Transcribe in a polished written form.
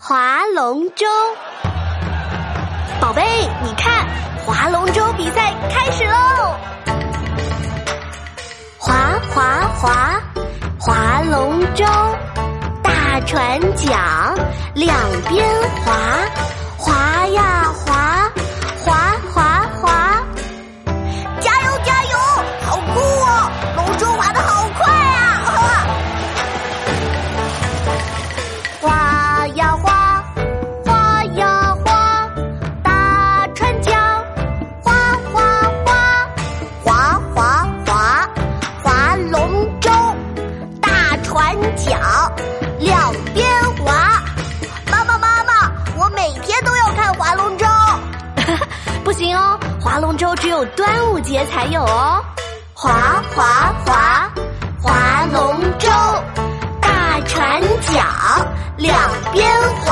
划龙舟。宝贝，你看，划龙舟比赛开始喽！划划划，划龙舟，大船桨两边划，划呀划，划划划。 加油加油，好酷哦！龙舟划得好快啊！ 划呀划，划呀划，大船桨划划划， 划划划，划龙舟，大船桨两边划。妈妈妈妈，我每天都要看划龙舟。 不行哦，划龙舟只有端午节才有哦。 划划划，划龙舟，大船桨两边划。